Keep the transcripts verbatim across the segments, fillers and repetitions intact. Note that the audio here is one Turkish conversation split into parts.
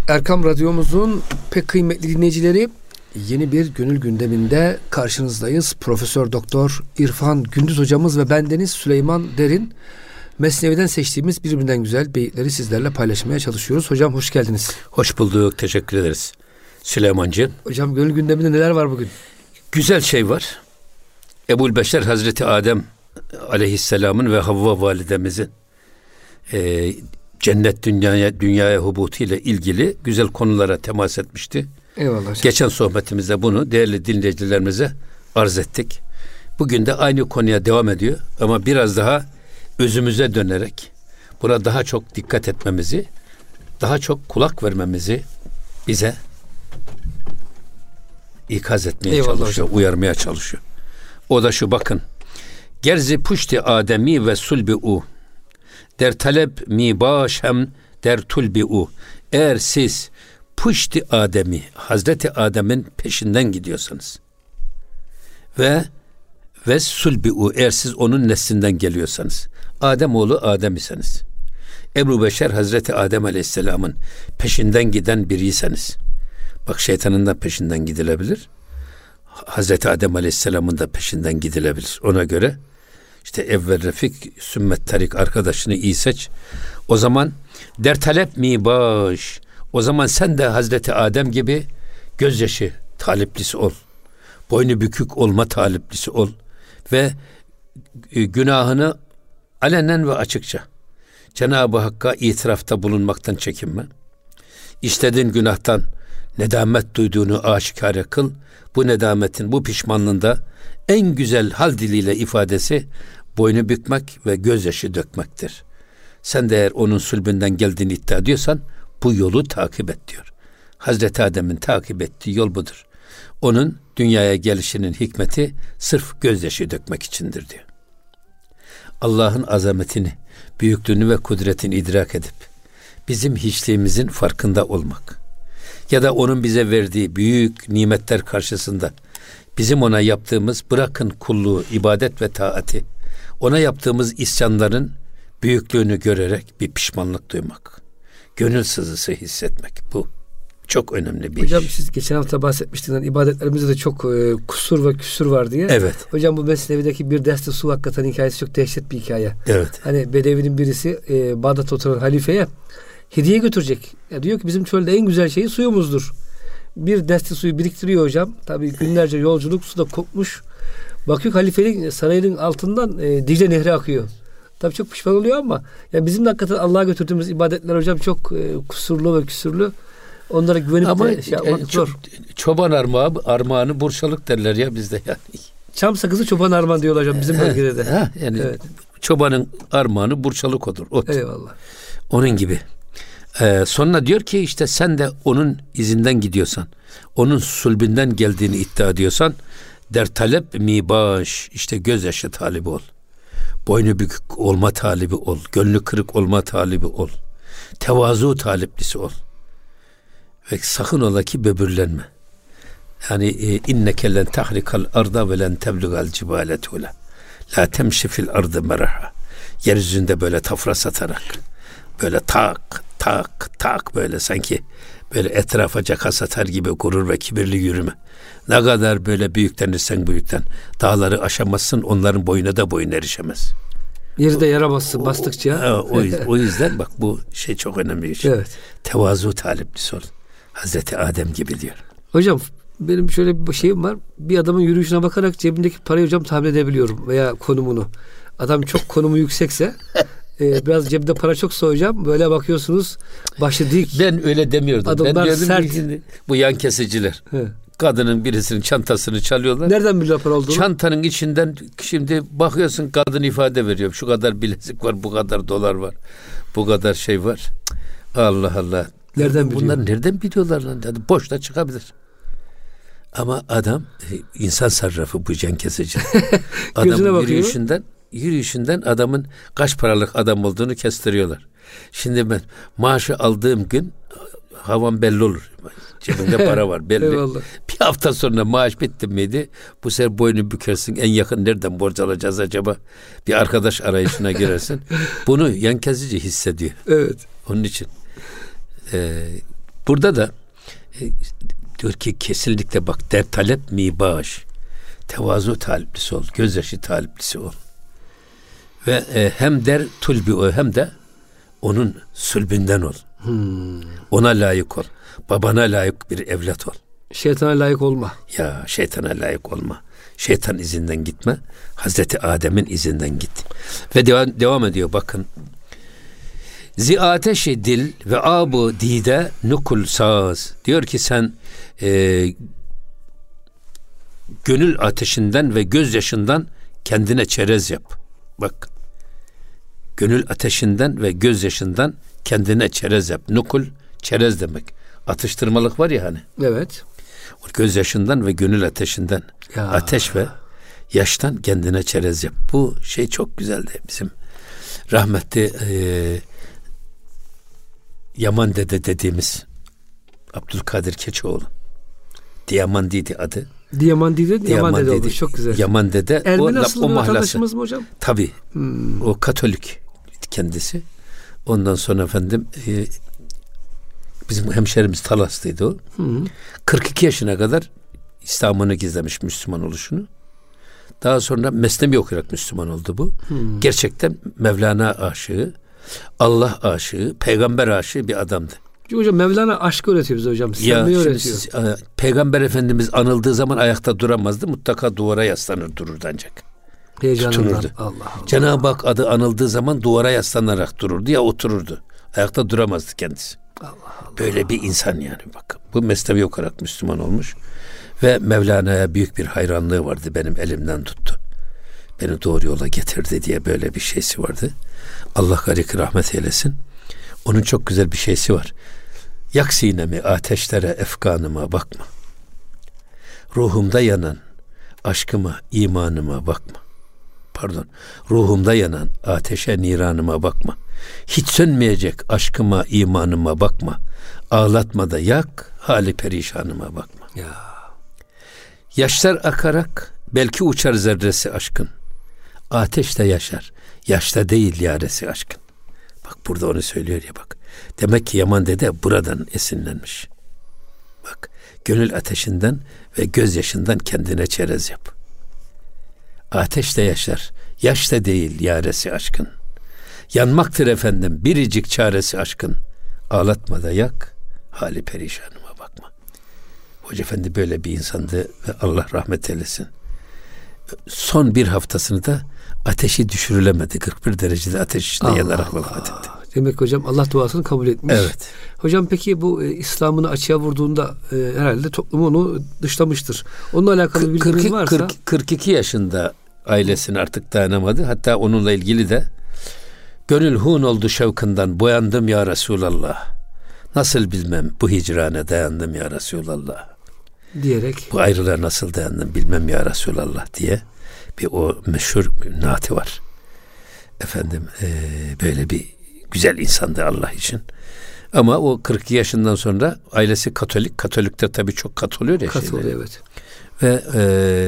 Erkam Radyomuzun pek kıymetli dinleyicileri, yeni bir gönül gündeminde karşınızdayız. Profesör Doktor İrfan Gündüz hocamız ve bendeniz Süleyman Derin. Mesnevi'den seçtiğimiz birbirinden güzel beyitleri sizlerle paylaşmaya çalışıyoruz. Hocam hoş geldiniz. Hoş bulduk, teşekkür ederiz Süleymancığım. Hocam gönül gündeminde neler var bugün? Güzel şey var. Ebu'l-Beşer Hazreti Adem Aleyhisselam'ın ve Havva validemizin e, cennet dünyaya dünyaya hubutu ile ilgili güzel konulara temas etmişti. Eyvallah hocam. Geçen sohbetimizde bunu değerli dinleyicilerimize arz ettik. Bugün de aynı konuya devam ediyor ama biraz daha özümüze dönerek buna daha çok dikkat etmemizi, daha çok kulak vermemizi bize ikaz etmeye Eyvallah çalışıyor, hocam. uyarmaya çalışıyor. O da şu, bakın. Gerzi puşti ademi ve sulbi u. Der talep mi başem der tulbi u. Eğer siz puşti ademi, Hazreti Adem'in peşinden gidiyorsanız ve ve sulbi u, eğer siz onun neslinden geliyorsanız, Adem oğlu Adem iseniz, Ebu'l-Beşer Hazreti Adem Aleyhisselam'ın peşinden giden biriyseniz, bak şeytanın da peşinden gidilebilir, Hazreti Adem Aleyhisselam'ın da peşinden gidilebilir. Ona göre işte evvel refik sümmet tarik, arkadaşını iyi seç. O zaman der talep mi baş, o zaman sen de Hazreti Adem gibi gözyaşı taliplisi ol. Boynu bükük olma taliplisi ol. Ve günahını alenen ve açıkça Cenab-ı Hakk'a itirafta bulunmaktan çekinme. İşlediğin günahtan nedamet duyduğunu aşikare kıl. Bu nedametin, bu pişmanlığında en güzel hal diliyle ifadesi boynu bükmek ve gözyaşı dökmektir. Sen de eğer onun sülbünden geldiğini iddia ediyorsan bu yolu takip et diyor. Hazreti Adem'in takip ettiği yol budur. Onun dünyaya gelişinin hikmeti sırf gözyaşı dökmek içindir diyor. Allah'ın azametini, büyüklüğünü ve kudretini idrak edip bizim hiçliğimizin farkında olmak ya da onun bize verdiği büyük nimetler karşısında bizim ona yaptığımız, bırakın kulluğu, ibadet ve taati, ona yaptığımız isyanların büyüklüğünü görerek bir pişmanlık duymak, gönül sızısı hissetmek, bu çok önemli bir Hocam iş. siz geçen hafta bahsetmiştiniz, ibadetlerimizde de çok e, kusur ve küsur var diye. Evet. Hocam bu Mesnevi'deki bir deste su hakikaten hikayesi çok dehşet bir hikaye. Evet. Hani Bedevi'nin birisi e, Bağdat'ta oturan halifeye hediye götürecek. Ya diyor ki bizim çölde en güzel şey suyumuzdur. Bir deste suyu biriktiriyor hocam. Tabii günlerce yolculuk, su da kokmuş. Bakıyor halifenin sarayının altından e, Dicle Nehri akıyor. Tabii çok pişman oluyor ama ya bizim de hakikaten Allah'a götürdüğümüz ibadetler hocam çok e, kusurlu ve küsurlu. Onlara güvenip ama de şey yapmak e, zor. Çoban armağanı, armağanı burçalık derler ya bizde yani. Çam sakızı çoban armağan diyorlar hocam bizim bölgede de. Ha, yani evet. Çobanın armağanı burçalık odur. Ot. Eyvallah. Onun gibi. Ee, sonra diyor ki işte sen de onun izinden gidiyorsan, onun sulbünden geldiğini iddia ediyorsan, der talep mi baş, işte gözyaşı talibi ol. Boynu bükük olma talibi ol. Gönlü kırık olma talibi ol. Tevazu taliplisi ol. Ve sakın ola ki böbürlenme. Yani inneke len tahrikal arda ve len teblugal cibale tula. La temşi fil ardı meraha. Yeryüzünde böyle tafra satarak, böyle tak tak tak, böyle sanki böyle etrafa caka satar gibi gurur ve kibirli yürüme. Ne kadar böyle büyüklenirsen büyükten dağları aşamazsın, onların boyuna da boyun erişemez. Yeri de yaramazsın bastıkça. O, o, o yüzden bak bu şey çok önemli bir şey. Evet. Tevazu taliplisi ol. Hazreti Adem gibi diyor. Hocam benim şöyle bir şeyim var. Bir adamın yürüyüşüne bakarak cebindeki parayı hocam tahmin edebiliyorum veya konumunu. Adam çok konumu yüksekse e, biraz cebinde para çoksa hocam böyle bakıyorsunuz başı dik. Ben öyle demiyordum. Adamlar ben diyordum sert. Ki, bu yan kesiciler. He. Kadının birisinin çantasını çalıyorlar. Nereden biliyor para olduğunu? Çantanın içinden şimdi bakıyorsun, kadın ifade veriyor. Şu kadar bilezik var, bu kadar dolar var, bu kadar şey var. Allah Allah. Nereden biliyor? Bunlar nereden biliyorlar lan? Yani boşta çıkabilir. Ama adam insan sarrafı, bu can kesici. Adamın yürüyüşünden, yürüyüşünden adamın kaç paralık adam olduğunu kestiriyorlar. Şimdi ben maaşı aldığım gün havam belli olur. Cebinde para var belli. Eyvallah. Bir hafta sonra maaş bitti miydi? Bu sefer boynu bükersin. En yakın nereden borç alacağız acaba? Bir arkadaş arayışına girersin. Bunu yan kesici hissediyor. Evet. Onun için e, Burada da e, diyor ki kesinlikle bak, der talep mi bağış. Tevazu taliplisi ol, gözyaşı taliplisi ol. Ve e, hem der tulbi o, hem de onun sülbünden ol. Hmm. Ona layık ol. Babana layık bir evlat ol. Şeytana layık olma. Ya şeytana layık olma. Şeytan izinden gitme. Hazreti Adem'in izinden git. Ve devam, devam ediyor bakın. Zi ateşi dil ve abu dide nukul saz. Diyor ki sen e, gönül ateşinden ve gözyaşından kendine çerez yap. Bak. Gönül ateşinden ve gözyaşından kendine çerez yap. Nukul çerez demek. Atıştırmalık var ya hani. Evet. O gözyaşından ve gönül ateşinden. Ya. Ateş ve yaştan kendine çerez yap. Bu şey çok güzeldi. Bizim rahmetli e, Yaman Dede dediğimiz Abdülkadir Keçioğlu. Diamandiydi adı. Diamandiydi, Yaman Dede oldu. Çok güzel. Yaman Dede. Ermeni asıllı bir vatandaşımız mı hocam? Tabii. Hmm. O Katolik kendisi. Ondan sonra efendim e, bizim hemşerimiz Talaslıydı o. Hmm. kırk iki yaşına kadar İslam'ını gizlemiş, Müslüman oluşunu. Daha sonra Mesnevi okuyarak Müslüman oldu bu. Hmm. Gerçekten Mevlana aşığı, Allah aşığı, peygamber aşığı bir adamdı. Çünkü hocam Mevlana aşkı öğretiyor bize hocam. Ya öğretiyor. Siz, e, Peygamber Efendimiz anıldığı zaman ayakta duramazdı. Mutlaka duvara yaslanır dururdu ancak. Tutunurdu. Allah Allah. Cenab-ı Hak adı anıldığı zaman duvara yaslanarak dururdu ya otururdu. Ayakta duramazdı kendisi. Allah Allah. Böyle bir insan yani bak. Bu Mesnevi okuyarak Müslüman olmuş. Ve Mevlana'ya büyük bir hayranlığı vardı. Benim elimden tuttu. Beni doğru yola getirdi diye böyle bir şeysi vardı. Allah garik rahmet eylesin. Onun çok güzel bir şeysi var. Yak sinemi ateşlere efkanıma bakma. Ruhumda yanan aşkıma, imanıma bakma. Pardon. Ruhumda yanan ateşe, niranıma bakma. Hiç sönmeyecek aşkıma, imanıma bakma. Ağlatma da yak, hali perişanıma bakma. Ya. Yaşlar akarak belki uçar zerresi aşkın. Ateşte yaşar. Yaşta değil yaresi aşkın. Bak burada onu söylüyor ya bak. Demek ki Yaman Dede buradan esinlenmiş. Bak gönül ateşinden ve gözyaşından kendine çerez yap. Ateşte yaşar. Yaşta değil yaresi aşkın. Yanmaktır efendim biricik çaresi aşkın. Ağlatma da yak. Hali perişanıma bakma. Hoca Efendi böyle bir insandı ve Allah rahmet eylesin. Son bir haftasını da ateşi düşürülemedi. kırk bir derecede ateş içinde yanarak vefat etti. Demek hocam Allah duasını kabul etmiş. Evet. Hocam peki bu e, İslam'ını açığa vurduğunda e, herhalde toplumu onu dışlamıştır. Onunla alakalı bir bilginiz varsa. kırk, kırk iki yaşında ailesine artık dayanamadı. Hatta onunla ilgili de gönül hun oldu şevkından boyandım ya Resulallah. Nasıl bilmem bu hicrane dayandım ya Resulallah. Diyerek. Bu ayrılığa nasıl dayandım bilmem ya Resulallah diye bir o meşhur naati var. Efendim e, böyle bir güzel insandı Allah için. Ama o kırk iki yaşından sonra ailesi Katolik. Katolikler tabii çok katılıyor ya. Katılıyor evet. Ve e,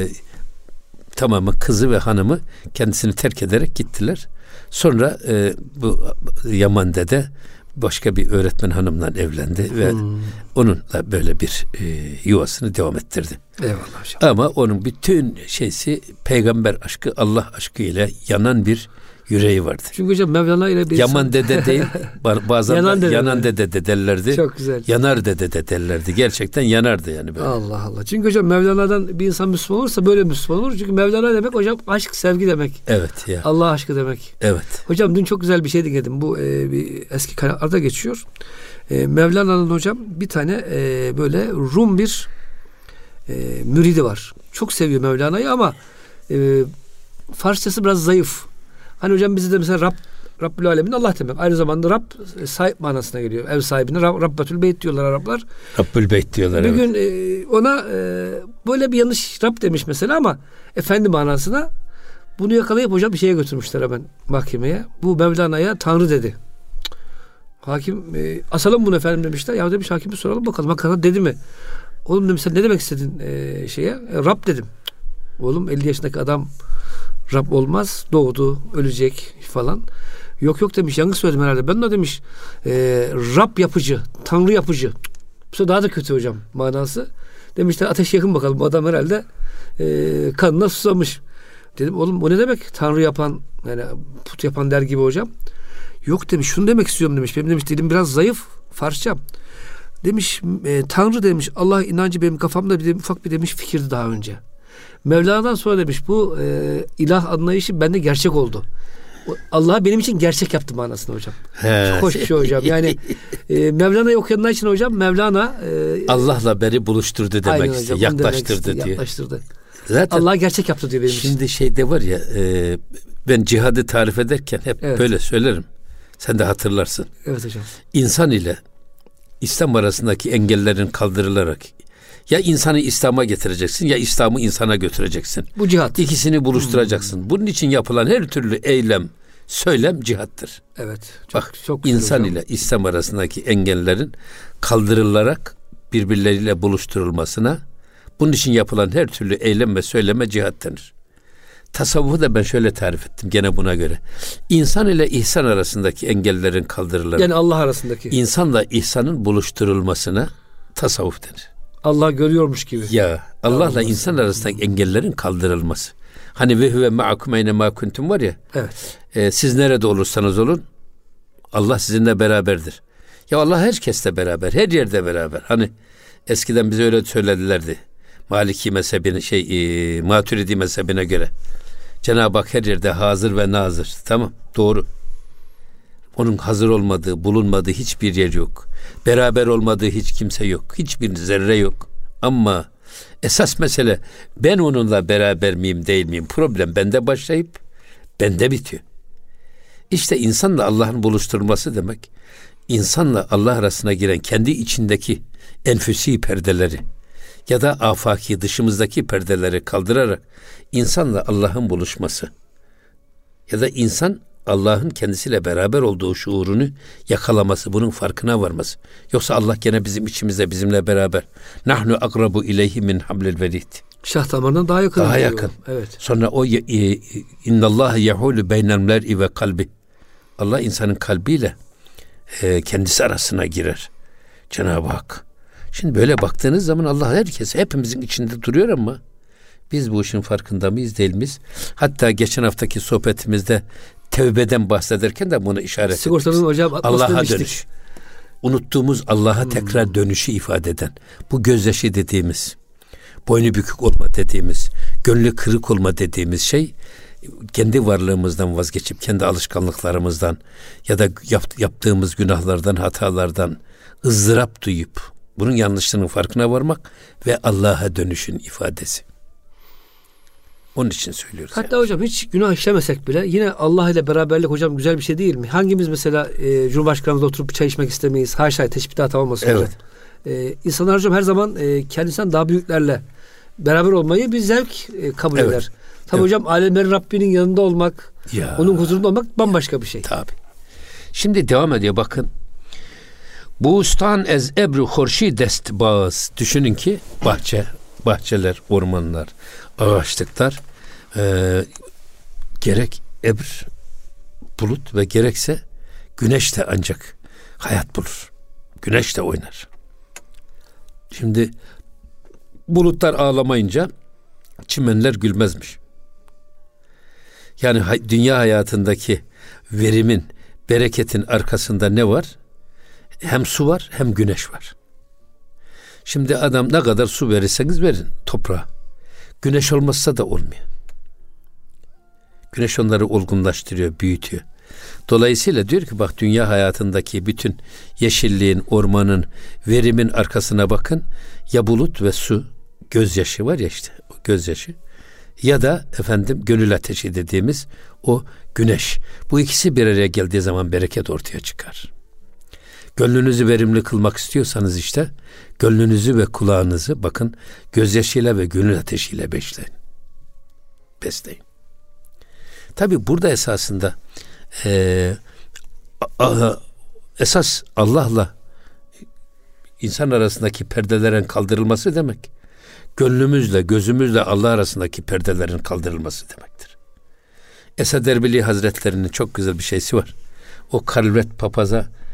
tamamı kızı ve hanımı kendisini terk ederek gittiler. Sonra e, bu Yaman Dede başka bir öğretmen hanımla evlendi ve hmm. onunla böyle bir e, yuvasını devam ettirdi. Eyvallah hocam. Ama onun bütün şeysi peygamber aşkı, Allah aşkı ile yanan bir yüreği vardı. Çünkü hocam Mevlana ile bir Yaman Dede değil, bazen yanan, dede, yanan dede de derlerdi. Çok güzel. Yanar dede de derlerdi. Gerçekten yanardı yani böyle. Allah Allah. Çünkü hocam Mevlana'dan bir insan Müslüman olursa böyle Müslüman olur. Çünkü Mevlana demek hocam aşk, sevgi demek. Evet ya. Allah aşkı demek. Evet. Hocam dün çok güzel bir şey dinledim. Bu e, bir eski kaynaklarda geçiyor. E, Mevlana'nın hocam bir tane e, böyle Rum bir e, müridi var. Çok seviyor Mevlana'yı ama e, Farsçası biraz zayıf. Hani hocam bizi de mesela Rab, Rabbül Alemin Allah demek. Aynı zamanda Rab sahip manasına geliyor. Ev sahibine Rab, Rabbetül Beyt diyorlar Araplar. Rabbül Beyt diyorlar. Bir evet. gün e, ona e, böyle bir yanlış Rab demiş mesela ama efendi manasına bunu yakalayıp hocam bir şeye götürmüşler hemen mahkemeye. Bu Mevlana'ya Tanrı dedi. Hakim e, asalım bunu efendim demişler. Ya demiş hakim bir soralım bakalım. Hakikaten dedi mi? Oğlum demiş sen ne demek istedin e, şeye? E, Rab dedim. Oğlum elli yaşındaki adam Rab olmaz. Doğdu. Ölecek falan. Yok yok demiş. Yanlış söyledim herhalde. Ben de demiş e, Rab yapıcı. Tanrı yapıcı. Bu sefer daha da kötü hocam manası. Demişler ateş yakın bakalım. Bu adam herhalde e, kanına susamış. Dedim oğlum o ne demek? Tanrı yapan yani put yapan der gibi hocam. Yok demiş şunu demek istiyorum demiş. Benim demiş dilim biraz zayıf Farsça. Demiş e, Tanrı demiş Allah inancı benim kafamda bir de, ufak bir demiş fikirdi daha önce. Mevlana'dan sonra demiş bu e, ilah anlayışı bende gerçek oldu. Allah benim için gerçek yaptı manasını hocam. He. Çok hoş bir şey hocam. Yani e, Mevlana'yı okuyanlar için hocam Mevlana e, Allah'la beni buluşturdu demek istiyor. Yaklaştırdı demek diyor. Yaklaştırdı. Zaten Allah gerçek yaptı diyor benim şimdi için. Şimdi şeyde var ya e, ben cihadı tarif ederken hep evet. böyle söylerim. Sen de hatırlarsın. Evet hocam. İnsan ile İslam arasındaki engellerin kaldırılarak ya insanı İslam'a getireceksin ya İslam'ı insana götüreceksin. Bu cihat. İkisini buluşturacaksın. Hmm. Bunun için yapılan her türlü eylem, söylem cihattır. Evet. Çok, Bak çok insan hocam. ile İslam arasındaki engellerin kaldırılarak birbirleriyle buluşturulmasına bunun için yapılan her türlü eylem ve söyleme cihat denir. Tasavvufu da ben şöyle tarif ettim gene buna göre. İnsan ile ihsan arasındaki engellerin kaldırılarak. Yani Allah arasındaki. İnsanla ihsanın buluşturulmasına tasavvuf denir. Allah görüyormuş gibi. Ya Allah'la insan arasındaki engellerin kaldırılması. Hani ve huve ma'akum eyne ma kuntum var ya. Evet. E, siz nerede olursanız olun Allah sizinle beraberdir. Ya Allah herkesle beraber, her yerde beraber. Hani eskiden bize öyle söyledilerdi. Maliki mezhebine şey e, Maturidi mezhebine göre. Cenab-ı Hak her yerde hazır ve nazır. Tamam, doğru. Onun hazır olmadığı, bulunmadığı hiçbir yer yok. Beraber olmadığı hiç kimse yok. Hiçbir zerre yok. Ama esas mesele ben onunla beraber miyim değil miyim? Problem bende başlayıp bende bitiyor. İşte insanla Allah'ın buluşturulması demek, insanla Allah arasına giren kendi içindeki enfüsi perdeleri ya da afaki dışımızdaki perdeleri kaldırarak insanla Allah'ın buluşması ya da insan Allah'ın kendisiyle beraber olduğu şuurunu yakalaması, bunun farkına varması. Yoksa Allah gene bizim içimizde, bizimle beraber. Nahnu akrabu ileyhi min hablil verid. Şah damarından daha yakın. Daha yakın. Evet. Sonra o innallaha yahulu beynel mer'i ve kalbi. Allah insanın kalbiyle e, kendisi arasına girer. Cenab-ı Hak. Şimdi böyle baktığınız zaman Allah herkes hepimizin içinde duruyor ama biz bu işin farkında mıyız, değil miyiz? Hatta geçen haftaki sohbetimizde tevbeden bahsederken de bunu işaret ettik. Sigortanın hocam Allah'a dönüş. Unuttuğumuz Allah'a hmm. tekrar dönüşü ifade eden, bu gözyaşı dediğimiz, boynu bükük olma dediğimiz, gönlü kırık olma dediğimiz şey, kendi varlığımızdan vazgeçip, kendi alışkanlıklarımızdan ya da yap, yaptığımız günahlardan, hatalardan ızdırap duyup, bunun yanlışlığının farkına varmak ve Allah'a dönüşün ifadesi. Onun için söylüyoruz. Hatta yani. hocam hiç günah işlemesek bile yine Allah ile beraberlik hocam güzel bir şey değil mi? Hangimiz mesela e, Cumhurbaşkanımızla oturup bir çay içmek istemeyiz? Haşa teşbihat olmasın evet. hocam. E, insanlar hocam her zaman e, kendisinden daha büyüklerle beraber olmayı bir zevk e, kabul evet. eder. Tabi evet. hocam alemlerin Rabbinin yanında olmak, ya. onun huzurunda olmak bambaşka bir şey. Tabii. Şimdi devam ediyor bakın. Bustan ez ebru horşi dest bağız. Düşünün ki bahçe, bahçeler, ormanlar, ağaçlıklar e, gerek ebr, bulut ve gerekse güneş de ancak hayat bulur. Güneş de oynar. Şimdi bulutlar ağlamayınca çimenler gülmezmiş. Yani dünya hayatındaki verimin, bereketin arkasında ne var? Hem su var hem güneş var. Şimdi adam ne kadar su verirseniz verin toprağa. Güneş olmazsa da olmuyor. Güneş onları olgunlaştırıyor, büyütüyor. Dolayısıyla diyor ki bak dünya hayatındaki bütün yeşilliğin, ormanın, verimin arkasına bakın. Ya bulut ve su, gözyaşı var ya işte o gözyaşı. Ya da efendim gönül ateşi dediğimiz o güneş. Bu ikisi bir araya geldiği zaman bereket ortaya çıkar. Gönlünüzü verimli kılmak istiyorsanız işte gönlünüzü ve kulağınızı bakın gözyaşıyla ve gönül ateşiyle besleyin. Besleyin. Tabi burada esasında e, a, esas Allah'la insan arasındaki perdelerin kaldırılması demek. Gönlümüzle, gözümüzle Allah arasındaki perdelerin kaldırılması demektir. Esad Erbili Hazretleri'nin çok güzel bir şeysi var. O Kalvet Papaz'a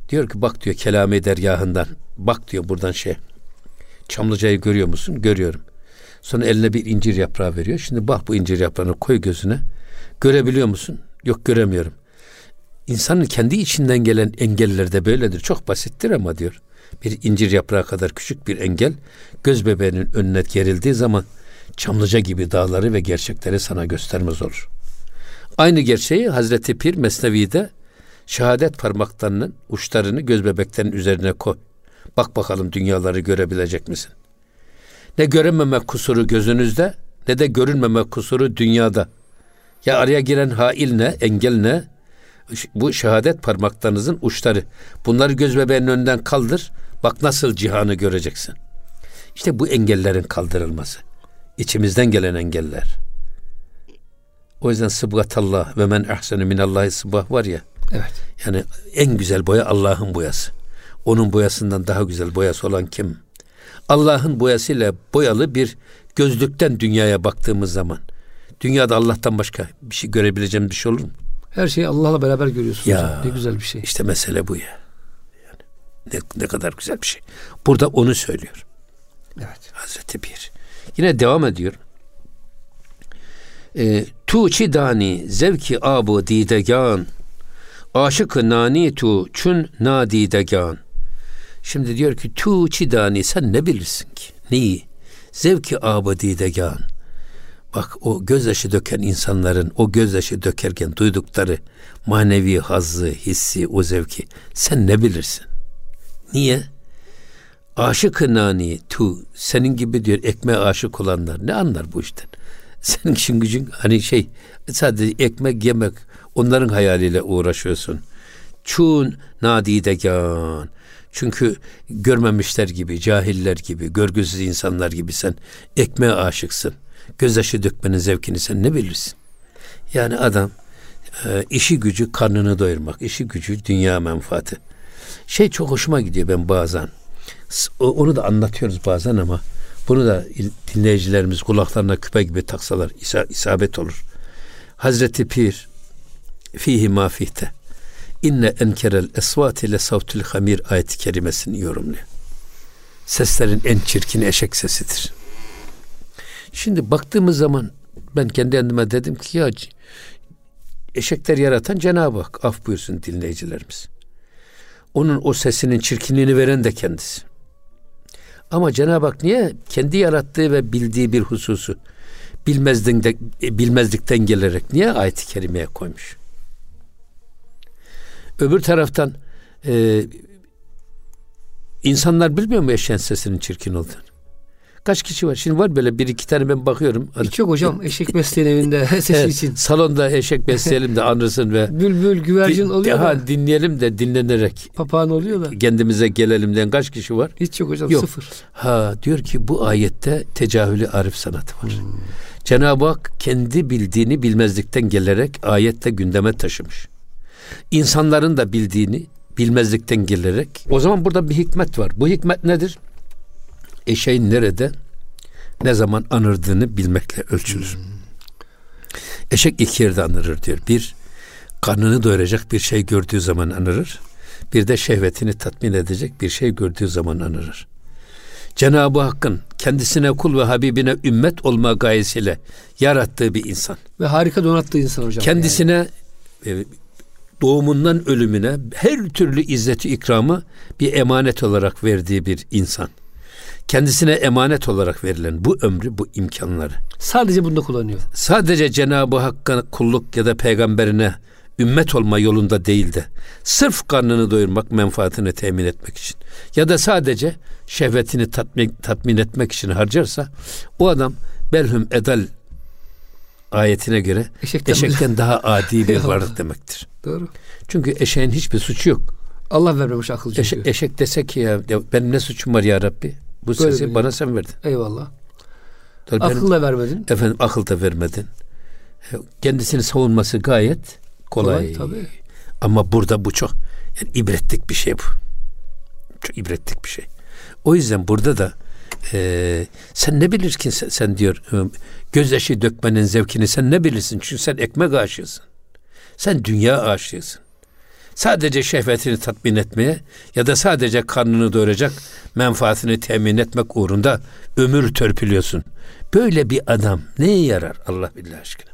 Diyor ki bak diyor Kelame dergahından. Bak diyor buradan şey. Çamlıca'yı görüyor musun? Görüyorum. Sonra eline bir incir yaprağı veriyor. Şimdi bak bu incir yaprağını koy gözüne. Görebiliyor musun? Yok, göremiyorum. İnsanın kendi içinden gelen engeller de böyledir. Çok basittir ama diyor. Bir incir yaprağı kadar küçük bir engel göz bebeğinin önüne gerildiği zaman Çamlıca gibi dağları ve gerçekleri sana göstermez olur. Aynı gerçeği Hazreti Pir Mesnevi'de şehadet parmaklarının uçlarını göz bebeklerin üzerine koy. Bak bakalım dünyaları görebilecek misin? Ne görememek kusuru gözünüzde, ne de görünmemek kusuru dünyada. Ya araya giren hail ne, engel ne? Bu şehadet parmaklarınızın uçları. Bunları göz bebeğinin önünden kaldır. Bak nasıl cihanı göreceksin. İşte bu engellerin kaldırılması. İçimizden gelen engeller. O yüzden sıbgatallah ve men ahsenu minallahi sıbgah var ya. Evet. Yani en güzel boya Allah'ın boyası. Onun boyasından daha güzel boyası olan kim? Allah'ın boyasıyla boyalı bir gözlükten dünyaya baktığımız zaman dünyada Allah'tan başka bir şey görebileceğimiz bir şey olur mu? Her şeyi Allah'la beraber görüyorsunuz. Ya, hocam. Ne güzel bir şey. İşte mesele bu ya. Yani ne, ne kadar güzel bir şey. Burada onu söylüyor. Evet. Hazreti Pir. Yine devam ediyor. E, tu çidani zevki abu didegan aşık-ı nani tu çün nadidegan. Şimdi diyor ki tu çidani, sen ne bilirsin ki? Neyi? Zevki abu didegan. Bak o gözyaşı döken insanların o gözyaşı dökerken duydukları manevi hazzı, hissi, o zevki sen ne bilirsin? Niye? Aşık-ı nani tu, senin gibi diyor ekmeğe aşık olanlar ne anlar bu işten? Senin işin gücün hani şey sadece ekmek yemek, onların hayaliyle uğraşıyorsun. Çun nadidegan. Çünkü görmemişler gibi, cahiller gibi, görgüsüz insanlar gibi sen ekmeğe aşıksın. Gözyaşı dökmenin zevkini sen ne bilirsin? Yani adam e, işi gücü karnını doyurmak, işi gücü dünya menfaati. Şey çok hoşuma gidiyor ben bazen. Onu da anlatıyoruz bazen ama bunu da dinleyicilerimiz kulaklarına küpe gibi taksalar isabet olur. Hazreti Pir fihi ma fihte inne enkerel esvati le savtul hamir ayet-i kerimesini yorumluyor. Seslerin en çirkini eşek sesidir. Şimdi baktığımız zaman ben kendi kendime dedim ki ya eşekler yaratan Cenab-ı Hak, af buyursun dinleyicilerimiz. Onun o sesinin çirkinliğini veren de kendisi. Ama Cenab-ı Hak niye kendi yarattığı ve bildiği bir hususu bilmezlikten, bilmezlikten gelerek niye ayet-i kerimeye koymuş? Öbür taraftan e, insanlar bilmiyor mu eşeğin sesinin çirkin olduğunu? Kaç kişi var? Şimdi var böyle bir iki tane ben bakıyorum. Hiç yok hocam. Eşek besleyen evinde sesi evet, için. Salonda eşek besleyelim de anırsın ve bülbül, güvercin oluyor ha, da. dinleyelim de dinlenerek. Papağan oluyor da. Kendimize gelelim diyen kaç kişi var? Hiç yok hocam, yok. sıfır. Ha diyor ki bu ayette tecahülü arif sanatı var. Hmm. Cenab-ı Hak kendi bildiğini bilmezlikten gelerek ayette gündeme taşımış. İnsanların da bildiğini bilmezlikten gelerek. O zaman burada bir hikmet var. Bu hikmet nedir? Eşeğin nerede, ne zaman anırdığını bilmekle ölçülür. Hmm. Eşek iki yerde anırır diyor. Bir, karnını doyuracak bir şey gördüğü zaman anırır. Bir de şehvetini tatmin edecek bir şey gördüğü zaman anırır. Cenab-ı Hakk'ın kendisine kul ve Habibine ümmet olma gayesiyle yarattığı bir insan. Ve harika donattığı insan hocam. Kendisine yani. Doğumundan ölümüne her türlü izzeti ikramı bir emanet olarak verdiği bir insan. Kendisine emanet olarak verilen bu ömrü, bu imkanları sadece bunda kullanıyor. Sadece Cenab-ı Hakk'a kulluk ya da peygamberine ümmet olma yolunda değil de sırf karnını doyurmak, menfaatini temin etmek için ya da sadece şehvetini tatmin, tatmin etmek için harcarsa o adam belhum edal ayetine göre eşekten, eşekten daha adi bir varlık demektir. Doğru. Çünkü eşeğin hiçbir suçu yok. Allah vermemiş akıl çünkü. Eşek, eşek dese ki ya, ya benim ne suçum var ya Rabbi? Bu böyle sesi bana sen verdin. Eyvallah. Tabii akıl da vermedin. Efendim akıl da vermedin. Kendisini savunması gayet kolay. kolay tabii. Ama burada bu çok yani ibretlik bir şey bu. Çok ibretlik bir şey. O yüzden burada da e, sen ne bilirsin sen, sen diyor gözyaşı dökmenin zevkini sen ne bilirsin? Çünkü sen ekmek aşığısın. Sen dünya aşığısın. sadece şehvetini tatmin etmeye ya da sadece karnını doyuracak menfaatini temin etmek uğrunda ömür törpülüyorsun. Böyle bir adam neye yarar Allah billah aşkına?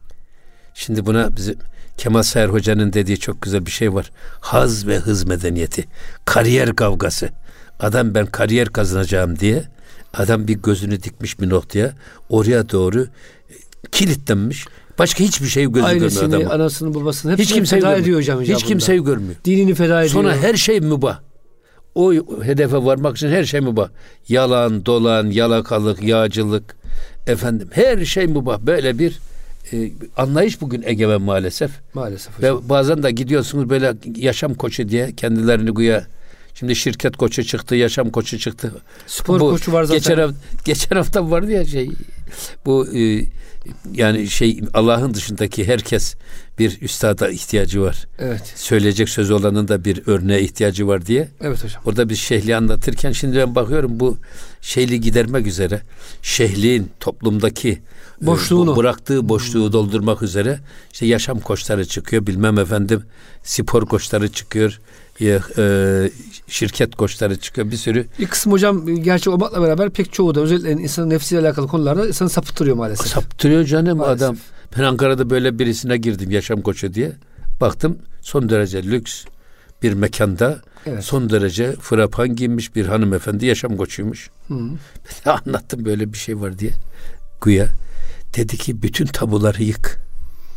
Şimdi buna bizim Kemal Sayar Hoca'nın dediği çok güzel bir şey var. Haz ve hız medeniyeti. Kariyer kavgası. Adam ben kariyer kazanacağım diye adam bir gözünü dikmiş bir noktaya, oraya doğru kilitlenmiş. Başka hiçbir şey gözü görmüyor adamın. Ailesini, anasını, babasını hepsini hiç kimseyi feda ediyor hocam. Hiç kimseyi görmüyor. Dinini feda ediyor. Sonra her şey mübah. O hedefe varmak için her şey mübah. Yalan, dolan, yalakalık, yağcılık, efendim her şey mübah. Böyle bir e, anlayış bugün egemen maalesef. Maalesef hocam. Ve bazen de gidiyorsunuz böyle yaşam koçu diye kendilerini güya, şimdi şirket koçu çıktı, yaşam koçu çıktı. Spor bu, koçu var zaten. Geçen hafta, geçen hafta vardı ya şey, bu e, yani şey, Allah'ın dışındaki herkes bir üstada ihtiyacı var. Evet. Söyleyecek sözü olanın da bir örneğe ihtiyacı var diye. Evet hocam. Orada bir şeyhliği anlatırken şimdi ben bakıyorum bu şeyhliği gidermek üzere, şeyhliğin toplumdaki boşluğunu, e, bıraktığı boşluğu doldurmak üzere işte yaşam koçları çıkıyor, bilmem efendim spor koçları çıkıyor, e, e, şirket koçları çıkıyor, bir sürü. Bir kısım hocam gerçi olmakla beraber pek çoğu da özellikle insanın nefsiyle alakalı konularda insanı sapıttırıyor maalesef. Sapıttırıyor canım maalesef. Adam. Ben Ankara'da böyle birisine girdim, yaşam koçu diye. Baktım son derece lüks bir mekanda, evet, son derece frapan giymiş bir hanımefendi yaşam koçuymuş. Hı. Ben de anlattım böyle bir şey var diye. Güya dedi ki bütün tabuları yık.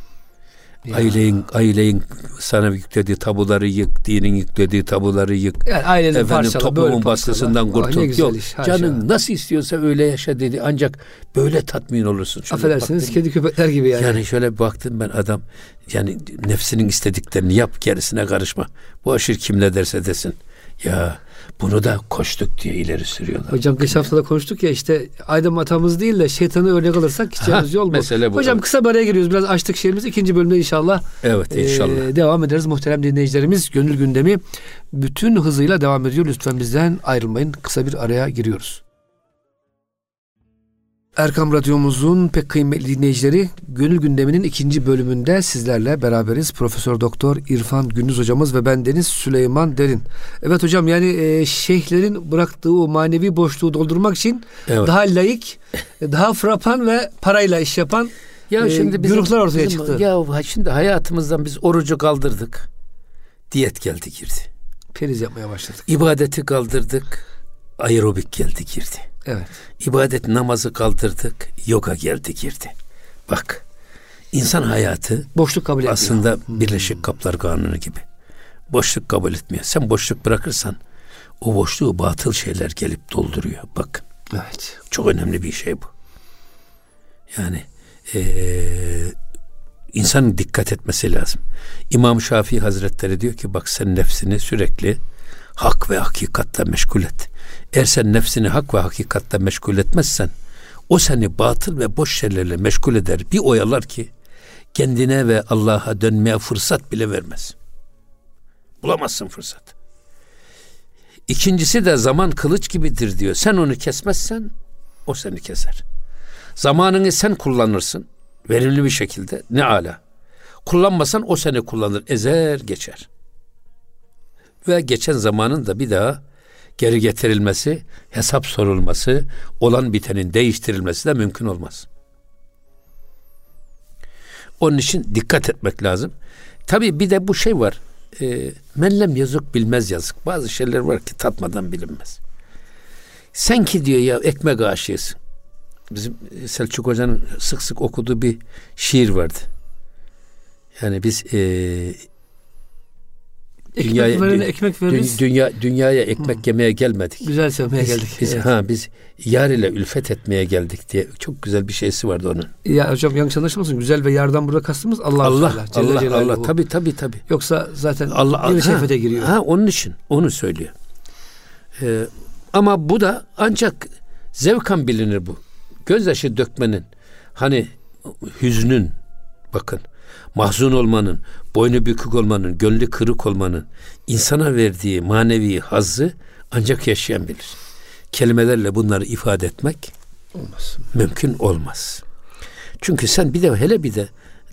Ya. Ailenin, ailenin sana yüklediği tabuları yık, dinin yüklediği tabuları yık. Yani ailenin efendim, parçalı, toplumun baskısından kurtul. Yok, iş, canın nasıl istiyorsa öyle yaşa dedi. Ancak böyle tatmin olursun. Şöyle affedersiniz baktım, kedi köpekler gibi yani. Yani şöyle bir baktım ben, adam yani nefsinin istediklerini yap, gerisine karışma. Bu aşır kim ne derse desin. Ya bunu da koştuk diye ileri sürüyorlar. Hocam geçen hafta da konuştuk ya, işte aydın atamız değil de şeytanı örnek alırsak gideceğimiz yol bu. Mesele bu. Hocam kısa bir araya giriyoruz. Biraz açtık şeyimizi. İkinci bölümde inşallah. Evet inşallah. E, devam ederiz muhterem dinleyicilerimiz. Gönül gündemi bütün hızıyla devam ediyor. Lütfen bizden ayrılmayın. Kısa bir araya giriyoruz. Erkam Radyomuzun pek kıymetli dinleyicileri, Gönül Gündemi'nin ikinci bölümünde sizlerle beraberiz. Profesör Doktor İrfan Gündüz hocamız ve bendeniz Süleyman Derin. Evet hocam, yani e, şeyhlerin bıraktığı o manevi boşluğu doldurmak için evet, daha laik, daha frapan ve parayla iş yapan ya e, şimdi bizim, gruplar ortaya bizim, çıktı. Ya şimdi hayatımızdan biz orucu kaldırdık, diyet geldi girdi. Periz yapmaya başladık. İbadeti kaldırdık, aerobik geldi girdi. Evet. İbadet namazı kaldırdık, yoga geldi girdi. Bak, insan hayatı boşluk kabul etmiyor. Aslında hmm. Birleşik Kaplar Kanunu gibi. Boşluk kabul etmiyor. Sen boşluk bırakırsan o boşluğu batıl şeyler gelip dolduruyor. Bak. Evet. Çok önemli bir şey bu. Yani ee, insanın dikkat etmesi lazım. İmam Şafii Hazretleri diyor ki bak, sen nefsini sürekli hak ve hakikatle meşgul et. Eğer sen nefsini hak ve hakikatle meşgul etmezsen o seni batıl ve boş şeylerle meşgul eder. Bir oyalar ki kendine ve Allah'a dönmeye fırsat bile vermez. Bulamazsın fırsat. İkincisi de zaman kılıç gibidir diyor. Sen onu kesmezsen o seni keser. Zamanını sen kullanırsın verimli bir şekilde, ne ala. Kullanmasan o seni kullanır, ezer geçer. Ve geçen zamanın da bir daha geri getirilmesi, hesap sorulması, olan bitenin değiştirilmesi de mümkün olmaz. Onun için dikkat etmek lazım. Tabii bir de bu şey var. E, menlem yazık bilmez yazık. Bazı şeyler var ki tatmadan bilinmez. Sen ki diyor ya ekmek aşığısın. Bizim Selçuk Hoca'nın sık sık okuduğu bir şiir vardı. Yani biz e, ekmek dünyaya, verene ekmek veririz. Dünya, dünyaya ekmek Hı. yemeye gelmedik. Güzel sevmeye biz, geldik. Biz, evet. ha, biz yar ile ülfet etmeye geldik diye çok güzel bir şeysi vardı onun. Ya hocam yanlış anlaşılmasın. Güzel ve yardan burada kastımız Allah Allah Allah Allah, Allah, Allah. tabii tabii tabii. Yoksa zaten Allah bir şehvete giriyor. Ha, onun için onu söylüyor. Ee, ama bu da ancak zevkan bilinir bu. Gözyaşı dökmenin, hani hüznün, bakın, mahzun olmanın, boynu bükük olmanın, gönlü kırık olmanın insana verdiği manevi hazzı ancak yaşayan bilir. Kelimelerle bunları ifade etmek olmaz. Mümkün olmaz. Çünkü sen bir de hele bir de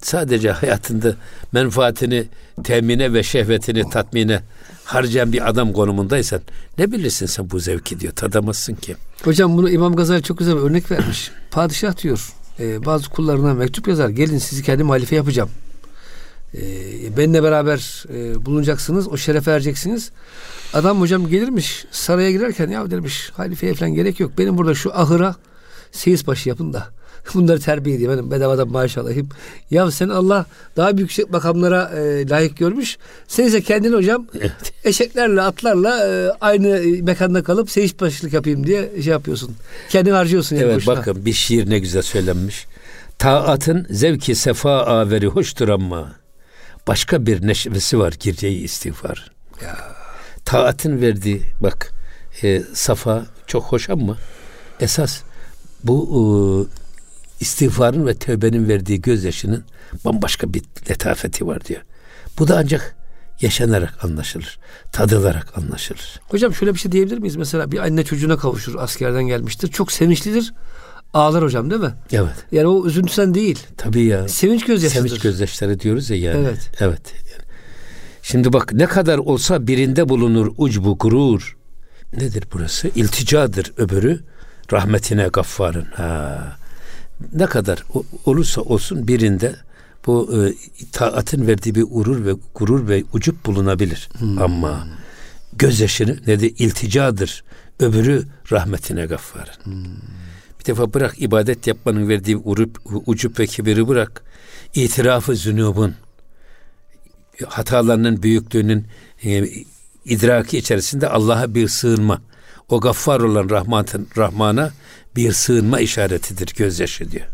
sadece hayatında menfaatini temine ve şehvetini tatmine harcayan bir adam konumundaysan ne bilirsin sen bu zevki diyor. Tadamazsın ki. Hocam bunu İmam Gazali çok güzel bir örnek vermiş. Padişah diyor e, bazı kullarına mektup yazar. Gelin sizi kendim halife yapacağım. E, benimle beraber e, bulunacaksınız. O şerefe ereceksiniz. Adam hocam gelirmiş saraya girerken ya dermiş halifeye falan gerek yok. Benim burada şu ahıra seyisbaşı yapın da bunları terbiye edeyim. Benim bedavadan maaş alayım. Ya sen Allah daha büyük makamlara e, layık görmüş. Sen ise kendini hocam eşeklerle atlarla e, aynı mekanda kalıp seyisbaşılık yapayım diye şey yapıyorsun. Kendini harcıyorsun. Yani evet boşuna. Bakın bir şiir ne güzel söylenmiş. Taatın zevki sefa averi hoştur ama başka bir neşvesi var girceyi istiğfar. Ya. Taatın verdiği bak e, safa çok hoş ama esas bu e, istiğfarın ve tövbenin verdiği gözyaşının bambaşka bir letafeti var diyor. Bu da ancak yaşanarak anlaşılır. Tadılarak anlaşılır. Hocam şöyle bir şey diyebilir miyiz? Mesela bir anne çocuğuna kavuşur, askerden gelmiştir. Çok sevinçlidir. Ağlar hocam değil mi? Evet. Yani o üzüntüsen değil. Tabii ya. Sevinç gözyaşıdır. Sevinç gözyaşları diyoruz ya yani. Evet. Evet. Şimdi bak ne kadar olsa birinde bulunur ucbu gurur. Nedir burası? İlticadır öbürü rahmetine gaffarın. Ha. Ne kadar olursa olsun birinde bu e, taatın verdiği bir urur ve gurur ve ucup bulunabilir. Hmm. Ama gözyaşını nedir? İlticadır öbürü rahmetine gaffarın. Hmm. Bir defa bırak ibadet yapmanın verdiği urup, ucup ve kibiri bırak. İtirafı zünubun, hatalarının büyüklüğünün e, idraki içerisinde Allah'a bir sığınma. O gaffar olan Rahman'ın Rahman'a bir sığınma işaretidir gözyaşı diyor.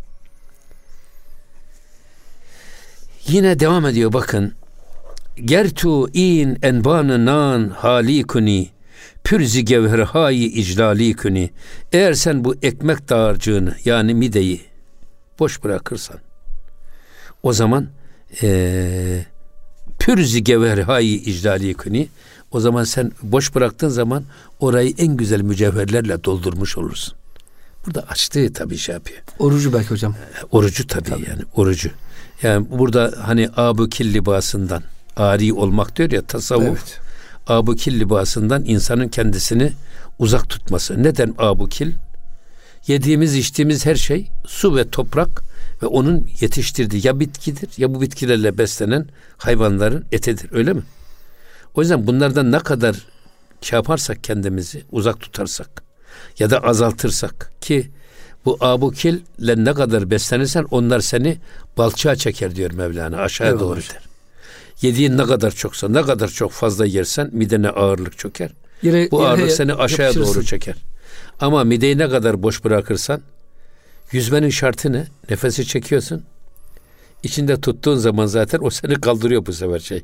Yine devam ediyor bakın. Gertu in enbanı nan halikuni pürzi gevherhayi iclalikuni. Eğer sen bu ekmek dağarcığını yani mideyi boş bırakırsan o zaman eee pürzi gevherhayi iclalikuni o zaman sen boş bıraktığın zaman orayı en güzel mücevherlerle doldurmuş olursun. Burada açtığı tabii şey yapıyor. Orucu belki hocam. Orucu tabii, tabii. yani orucu. Yani burada hani abukil libasından ari olmak diyor ya tasavvuf. Evet. Abukil libasından insanın kendisini uzak tutması. Neden abukil? Yediğimiz içtiğimiz her şey su ve toprak ve onun yetiştirdiği ya bitkidir ya bu bitkilerle beslenen hayvanların etidir. Öyle mi? O yüzden bunlardan ne kadar şey yaparsak kendimizi uzak tutarsak ya da azaltırsak ki bu abukille ne kadar beslenirsen onlar seni balçığa çeker diyor Mevlana. Aşağıya evet, doğru der. Yediğin ne kadar çoksa ne kadar çok fazla yersen midene ağırlık çöker. Yere, bu ağırlık yere, seni aşağıya doğru çeker. Ama mideyi ne kadar boş bırakırsan yüzmenin şartı ne? Nefesi çekiyorsun. İçinde tuttuğun zaman zaten o seni kaldırıyor bu sefer şey.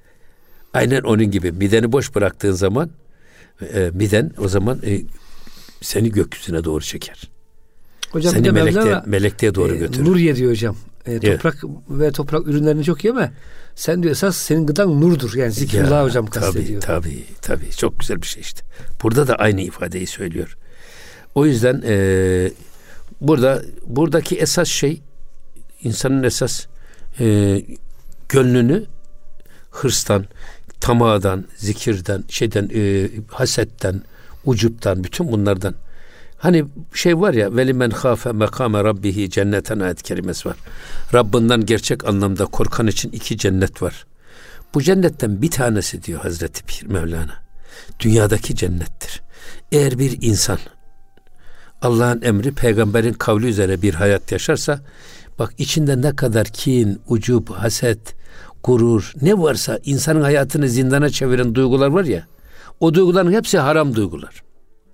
Aynen onun gibi. Mideni boş bıraktığın zaman e, miden o zaman e, seni gökyüzüne doğru çeker. Hocam seni melekte, melekliğe doğru e, götürür. Nur ye diyor hocam. E, toprak evet. ve toprak ürünlerini çok yeme. Sen diyor esas senin gıdan nurdur. Yani zikrullah ya, hocam kastediyor. Tabii tabii tabii. Çok güzel bir şey işte. Burada da aynı ifadeyi söylüyor. O yüzden e, burada buradaki esas şey insanın esas e, gönlünü hırstan, tamadan, zikirden, şeyden, e, hasetten, ucuptan, bütün bunlardan. Hani şey var ya, velimen khafe mekame rabbihi cenneten ayet kerimesi var. Rabbinden gerçek anlamda korkan için iki cennet var. Bu cennetten bir tanesi diyor Hazreti Pir Mevlana. Dünyadaki cennettir. Eğer bir insan Allah'ın emri, peygamberin kavli üzere bir hayat yaşarsa, bak içinde ne kadar kin, ucub, haset, gurur, ne varsa insanın hayatını zindana çeviren duygular var ya, o duyguların hepsi haram duygular.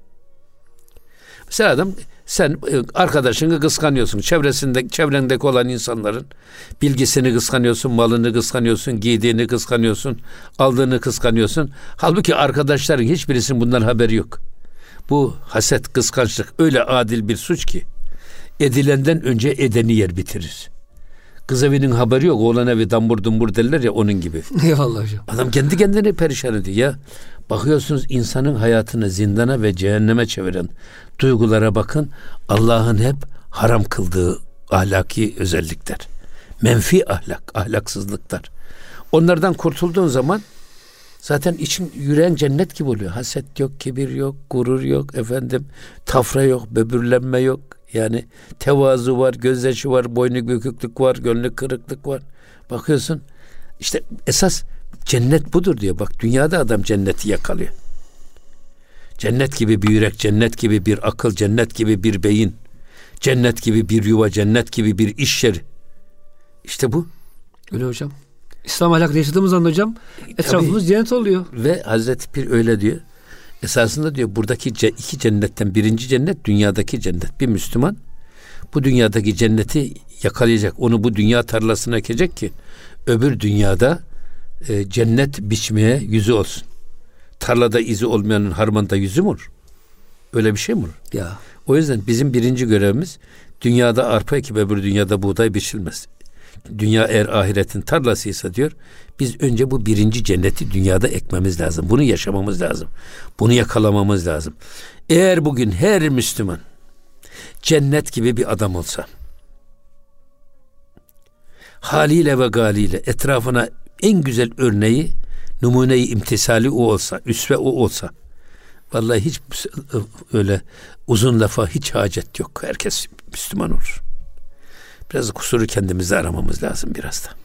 Mesela adam, sen arkadaşını kıskanıyorsun, çevresinde, çevrendeki olan insanların bilgisini kıskanıyorsun, malını kıskanıyorsun, giydiğini kıskanıyorsun, aldığını kıskanıyorsun. Halbuki arkadaşların hiçbirisinin bundan haberi yok. Bu haset, kıskançlık öyle adil bir suç ki edilenden önce edeni yer bitirir. Kız evinin haberi yok, oğlan evi dambur dumbur derler ya, onun gibi. Eyvallah hocam. Adam kendi kendine perişan ediyor ya. Bakıyorsunuz insanın hayatını zindana ve cehenneme çeviren duygulara bakın. Allah'ın hep haram kıldığı ahlaki özellikler. menfi ahlak, ahlaksızlıklar. Onlardan kurtulduğun zaman zaten için yüreğin cennet gibi oluyor. Haset yok, kibir yok, gurur yok, efendim tafra yok, böbürlenme yok. Yani tevazu var, gözyaşı var, boynu büküklük var, gönlü kırıklık var. Bakıyorsun işte esas cennet budur diyor. Bak dünyada adam cenneti yakalıyor. Cennet gibi bir yürek, cennet gibi bir akıl, cennet gibi bir beyin, cennet gibi bir yuva, cennet gibi bir iş yeri. İşte bu. Öyle hocam. İslam ahlakı yaşadığımız anda hocam etrafımız Tabii. cennet oluyor. Ve Hazreti Pir öyle diyor. Esasında diyor buradaki iki cennetten birinci cennet dünyadaki cennet. Bir Müslüman bu dünyadaki cenneti yakalayacak. Onu bu dünya tarlasına ekecek ki öbür dünyada e, cennet biçmeye yüzü olsun. Tarlada izi olmayanın harmanda yüzü mü olur? Öyle bir şey mi olur? Ya. O yüzden bizim birinci görevimiz dünyada arpa ekip öbür dünyada buğday biçilmez. Dünya eğer ahiretin tarlasıysa diyor, biz önce bu birinci cenneti dünyada ekmemiz lazım. Bunu yaşamamız lazım. Bunu yakalamamız lazım. Eğer bugün her Müslüman cennet gibi bir adam olsa, haliyle ve galiyle etrafına en güzel örneği, numune-i imtisali o olsa, üsve o olsa, vallahi hiç öyle uzun lafa hiç hacet yok. Herkes Müslüman olur. Biraz kusuru kendimizde aramamız lazım biraz da.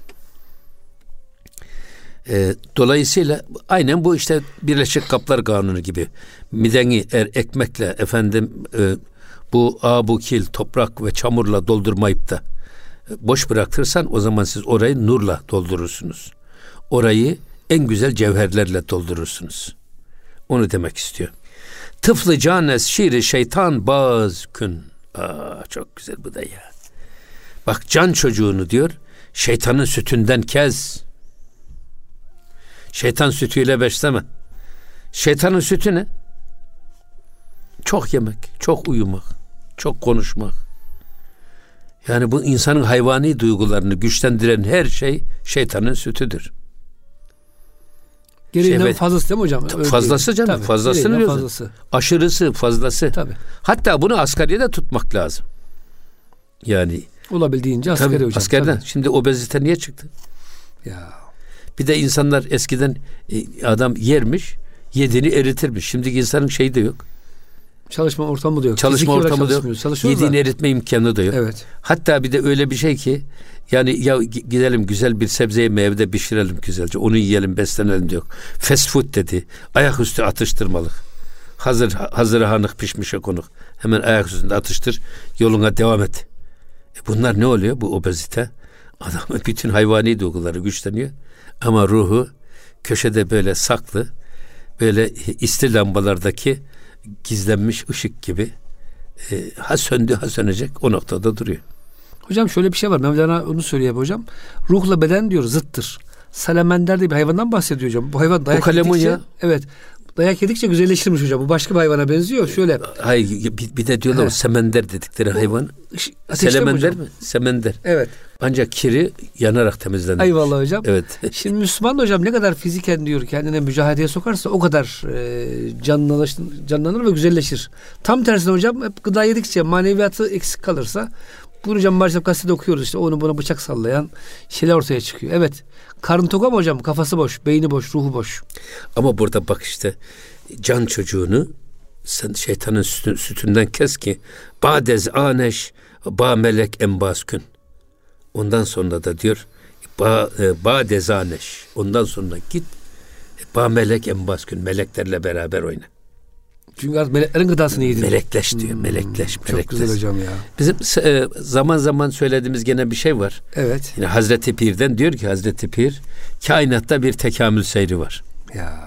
E, dolayısıyla aynen bu işte Birleşik Kaplar Kanunu gibi mideni eğer ekmekle efendim e, bu abu kil, toprak ve çamurla doldurmayıp da e, boş bırakırsan o zaman siz orayı nurla doldurursunuz. Orayı en güzel cevherlerle doldurursunuz. Onu demek istiyor. Tıflı canes şiiri şeytan baz kün. Aa, çok güzel bu da ya. Bak can çocuğunu diyor şeytanın sütünden kez. Şeytan sütüyle besleme. Şeytanın sütü ne? Çok yemek, çok uyumak, çok konuşmak. Yani bu insanın hayvani duygularını güçlendiren her şey şeytanın sütüdür. Gereğinden şey, fazlası değil mi hocam? Öyle fazlası değil. canım, Tabii, fazlasını diyorsun. Fazlası. Aşırısı, fazlası. Tabii. Hatta bunu asgariyede tutmak lazım. Yani olabildiğince askeri tabii, hocam. Askerden. Tabii. Şimdi obezite niye çıktı? Ya. Bir de insanlar eskiden e, adam yermiş, yediğini eritirmiş. Şimdiki insanın şeyi de yok. Çalışma ortamı da yok. Çalışma Fiziki ortamı da yok. Yediğini eritme imkanı da yok. Evet. Hatta bir de öyle bir şey ki yani ya gidelim güzel bir sebzeyi meyvede pişirelim güzelce. Onu yiyelim, beslenelim diyor. Fast food dedi. Ayaküstü atıştırmalık. Hazır hazır hanık pişmişe konuk. Hemen ayaküstünde atıştır. Yoluna devam et. E bunlar ne oluyor? Bu obezite. Adamın bütün hayvani duyguları güçleniyor. Ama ruhu köşede böyle saklı, böyle istir lambalardaki gizlenmiş ışık gibi e, ha söndü ha sönecek o noktada duruyor. Hocam şöyle bir şey var. Mevlana onu söylüyor hocam. Ruhla beden diyor zıttır. Salamender diye bir hayvandan bahsediyor hocam. Bu hayvan dayak yedikçe, ya. Evet. Dayak yedikçe güzelleşirmiş hocam. Bu başka bir hayvana benziyor. Şöyle. Hayır bir, bir de diyorlar o semender dedikleri bu, hayvan. Selemender mi? Semender. Evet. Ancak kiri yanarak temizlenir. Eyvallah hocam. Evet. Şimdi Müslüman da hocam ne kadar fiziken diyor kendine mücadeleye sokarsa o kadar e, canlanır, canlanır ve güzelleşir. Tam tersine hocam hep gıda yedikçe maneviyatı eksik kalırsa bunu hocam maalesef gazetede okuyoruz işte onu buna bıçak sallayan şeyler ortaya çıkıyor. Evet. Karın tok ama hocam kafası boş, beyni boş, ruhu boş. Ama burada bak işte can çocuğunu sen şeytanın sütü, sütünden kes ki badez aneş ba melek embaskün. Ondan sonra da diyor ba, e, badez aneş. Ondan sonra git ba melek embaskün. Meleklerle beraber oyna. Çünkü artık meleklerin gıdasını yedin. Melekleş diyor. Hmm, melekleş. Çok melekleş. güzel hocam ya. Bizim e, zaman zaman söylediğimiz gene bir şey var. Evet. Yine Hazreti Pir'den diyor ki Hazreti Pir kainatta bir tekamül seyri var. Ya.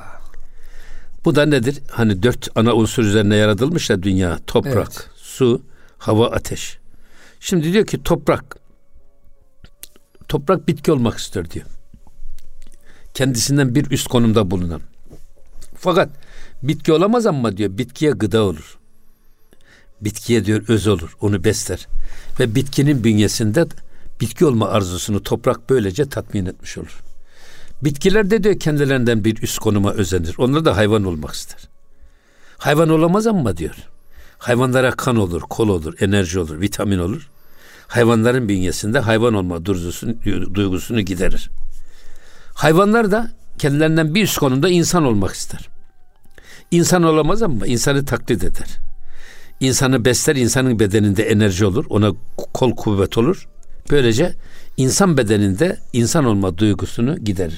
Bu da nedir? Hani dört ana unsur üzerine yaratılmış ya dünya. Toprak, evet. su, hava, ateş. Şimdi diyor ki toprak toprak bitki olmak ister diyor. Kendisinden bir üst konumda bulunan. Fakat bitki olamaz ama diyor bitkiye gıda olur. Bitkiye diyor öz olur. Onu besler. Ve bitkinin bünyesinde bitki olma arzusunu toprak böylece tatmin etmiş olur. Bitkiler de diyor kendilerinden bir üst konuma özenir. Onlar da hayvan olmak ister. Hayvan olamaz ama diyor. Hayvanlara kan olur, kol olur, enerji olur, vitamin olur. hayvanların bünyesinde hayvan olma duygusunu, duygusunu giderir. Hayvanlar da kendilerinden bir üst konumda insan olmak ister. İnsan olamaz ama insanı taklit eder. İnsanı besler, insanın bedeninde enerji olur, ona kol kuvvet olur. Böylece insan bedeninde insan olma duygusunu giderir.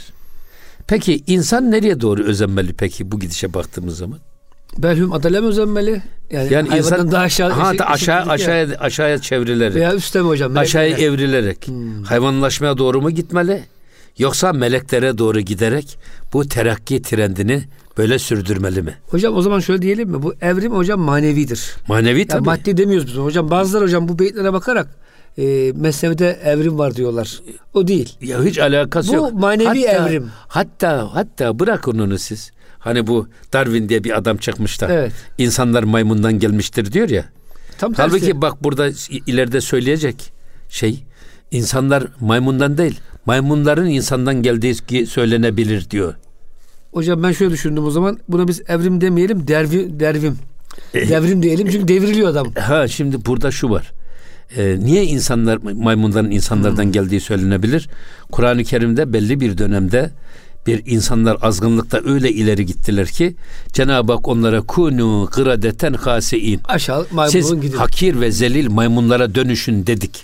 Peki insan nereye doğru özenmeli peki bu gidişe baktığımız zaman? Belhum adalem özenmeli. Yani, yani insan daha aşağı ha, da aşağı aşağıya ya. aşağıya çevrilerek veya üstte mi hocam? Aşağıya evrilerek hmm. hayvanlaşmaya doğru mu gitmeli? Yoksa meleklere doğru giderek bu terakki trendini böyle sürdürmeli mi? Hocam o zaman şöyle diyelim mi? Bu evrim hocam manevidir. Manevi yani tabii. Maddi demiyoruz biz hocam. Bazıları hocam bu beyitlere bakarak e, Mesnevi'de evrim var diyorlar. O değil. Ya hiç alakası bu yok. Bu manevi hatta, evrim. Hatta hatta bırakın onu siz. Hani bu Darwin diye bir adam çıkmış da evet. insanlar maymundan gelmiştir diyor ya. Tam tersi. Halbuki bak burada ileride söyleyecek şey insanlar maymundan değil, maymunların insandan geldiği söylenebilir diyor. Hocam ben şöyle düşündüm o zaman. Buna biz evrim demeyelim, dervi, dervim. Devrim diyelim çünkü devriliyor adam. Ha şimdi burada şu var. Ee, niye insanlar maymunların insanlardan hmm. geldiği söylenebilir? Kur'an-ı Kerim'de belli bir dönemde bir insanlar azgınlıkta öyle ileri gittiler ki Cenab-ı Hak onlara kunu kıradeten hasiin. Aşağı maymunun Siz gidin. hakir ve zelil maymunlara dönüşün dedik.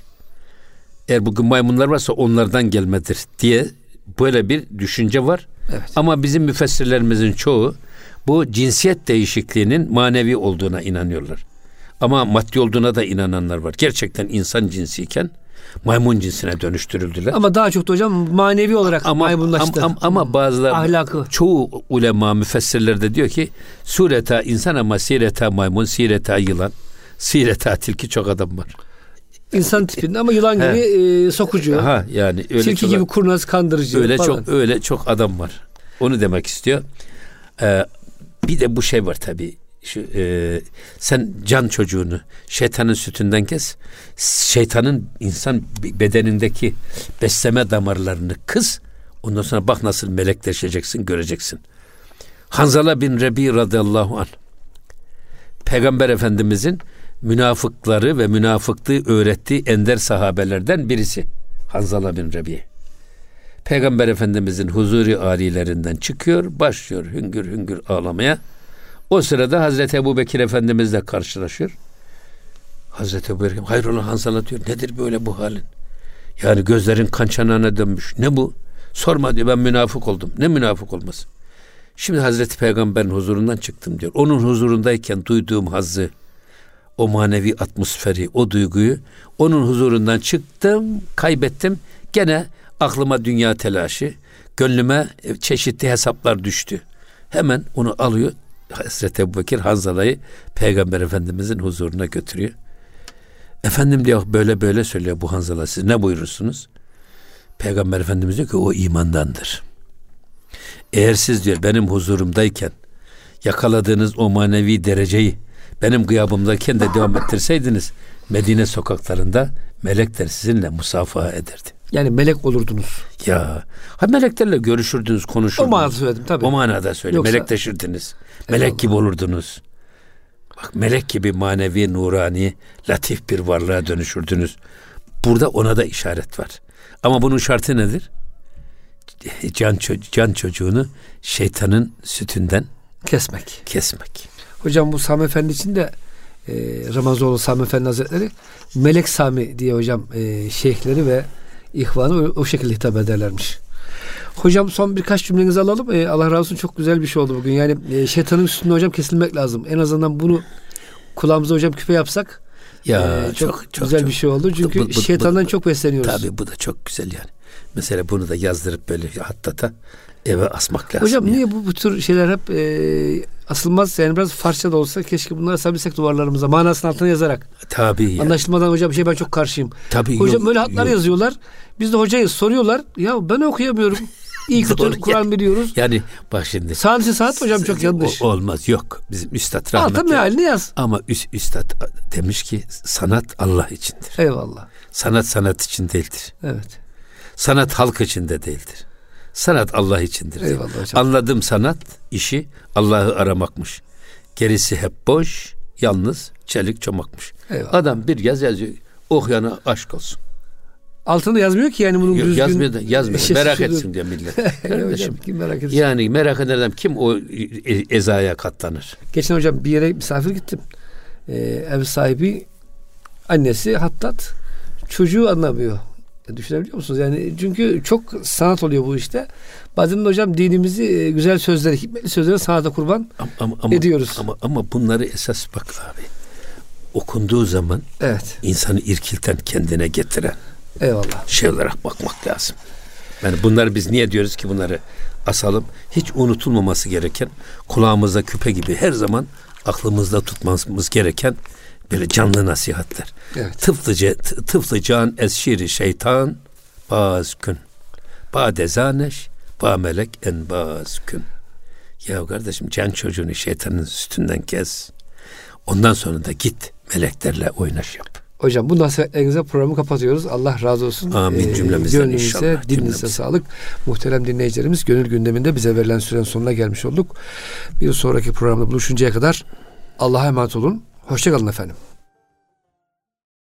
Eğer bugün maymunlar varsa onlardan gelmedir diye böyle bir düşünce var. Evet. Ama bizim müfessirlerimizin çoğu bu cinsiyet değişikliğinin manevi olduğuna inanıyorlar. Ama maddi olduğuna da inananlar var. Gerçekten insan cinsiyken maymun cinsine dönüştürüldüler. Ama daha çok da hocam manevi olarak ama, maymunlaştı. Ama, ama bazıları ahlakı. Çoğu ulema müfessirler de diyor ki sureta insan ama sireta maymun, sireta yılan, sireta tilki çok adam var. İnsan tipinde ama yılan gibi e, sokucu. Ha yani öyle tilki çok, gibi kurnaz, kandırıcı öyle falan. çok öyle çok adam var. Onu demek istiyor. Ee, bir de bu şey var tabii. Şu, e, sen can çocuğunu şeytanın sütünden kes. Şeytanın insan bedenindeki besleme damarlarını kız. Ondan sonra bak nasıl melekleşeceksin, göreceksin. Hanzala bin Rebi radıyallahu anh. Peygamber Efendimizin münafıkları ve münafıklığı öğrettiği ender sahabelerden birisi. Hanzala bin Rebi. Peygamber Efendimizin huzuri âlilerinden çıkıyor, başlıyor hüngür hüngür ağlamaya. O sırada Hazreti Ebubekir Efendimizle karşılaşıyor. Hazreti Ebubekir, hayrola Hanzala diyor, nedir böyle bu halin? Yani gözlerin kan çanağına dönmüş. Ne bu? Sorma diyor, ben münafık oldum. Ne münafık olması? Şimdi Hazreti Peygamber'in huzurundan çıktım diyor. Onun huzurundayken duyduğum hazzı, o manevi atmosferi, o duyguyu onun huzurundan çıktım, kaybettim. Gene aklıma dünya telaşı, gönlüme çeşitli hesaplar düştü. Hemen onu alıyor. Hazreti Ebubekir Hanzala'yı Peygamber Efendimizin huzuruna götürüyor. Efendim diyor böyle böyle söylüyor bu Hanzala, siz ne buyurursunuz? Peygamber Efendimiz diyor ki o imandandır. Eğer siz diyor benim huzurumdayken yakaladığınız o manevi dereceyi benim gıyabımdayken de devam ettirseydiniz Medine sokaklarında melekler sizinle musafaha ederdi. Yani melek olurdunuz. Ya, ha meleklerle görüşürdünüz, konuşurdunuz. O manada söyledim tabii. O manada söyledim. Melekleşirdiniz. Melek eyvallah. Gibi olurdunuz. Bak melek gibi manevi, nurani, latif bir varlığa dönüşürdünüz. Burada ona da işaret var. Ama bunun şartı nedir? Can, can çocuğunu şeytanın sütünden kesmek. Kesmek. Hocam bu Sami Efendi için de e, Ramazoğlu Sami Efendi Hazretleri Melek Sami diye hocam e, şeyhleri ve ihvanı o, o şekilde hitap ederlermiş. Hocam son birkaç cümlenizi alalım. E, Allah razı olsun, çok güzel bir şey oldu bugün. Yani e, şeytanın üstünde hocam kesilmek lazım. En azından bunu kulağımıza hocam küpe yapsak ya e, çok, çok güzel çok, bir şey oldu. Çünkü bu, bu, şeytandan bu, çok besleniyoruz. Tabii bu da çok güzel yani. Mesela bunu da yazdırıp böyle hattata eve asmak lazım. Hocam yani. Niye bu, bu tür şeyler hep e, asılmaz? Yani biraz Farsça da olsa keşke bunları asabilsek duvarlarımıza. Manasının altına yazarak. Tabii. Yani. Anlaşılmadan hocam bir şey ben çok karşıyım. Tabii. Hocam yok, böyle hatlar yok. yazıyorlar. Biz de hocayı soruyorlar. Ya ben okuyamıyorum. İyi kötü Kur'an biliyoruz. Yani bak şimdi. Sadece saat hocam çok yanlış. O, olmaz yok. Bizim üstad rahmetli. Altın mealini yaz. Ama üst, üstad demiş ki sanat Allah içindir. Eyvallah. Sanat sanat için değildir. Evet. Sanat halk için de değildir. Sanat Allah içindir. Eyvallah hocam. Anladım sanat işi Allah'ı aramakmış. Gerisi hep boş, yalnız çelik çomakmış. Eyvallah. Adam bir yaz yazıyor. Okuyana aşk olsun. Altında yazmıyor ki yani bunun düzgün. Yazmıyor da yazmıyor. Şey, merak şudur. etsin diye millet. Hocam, kim merak etsin? Yani merak eden adam kim o ezaya katlanır? Geçen hocam bir yere misafir gittim. Ee, ev sahibi annesi hattat, çocuğu anlamıyor. Ya düşünebiliyor musunuz? Yani çünkü çok sanat oluyor bu işte. Bazen de hocam dinimizi güzel sözlere, hikmetli sözlere sanata kurban ama, ama, ama, ediyoruz. Ama, ama bunları esas bak abi. Okunduğu zaman evet. insanı irkilten, kendine getiren eyvallah. şey olarak bakmak lazım. Yani bunları biz niye diyoruz ki bunları asalım? Hiç unutulmaması gereken, kulağımızda küpe gibi her zaman aklımızda tutmamız gereken böyle canlı nasihatler. Evet. Tıflıca, tıflı can esşiri şeytan baz gün. Ba dezaneş, ba melek en baz gün. Ya kardeşim can çocuğunu şeytanın üstünden kes. Ondan sonra da git meleklerle oynaş yap. Hocam bu nasihatlerinize programı kapatıyoruz. Allah razı olsun. Amin cümlemizden ee, inşallah. Gönlünüze, dilinize cümlemize. sağlık. Muhterem dinleyicilerimiz, gönül gündeminde bize verilen sürenin sonuna gelmiş olduk. Bir sonraki programda buluşuncaya kadar Allah'a emanet olun. Hoşça kalın efendim.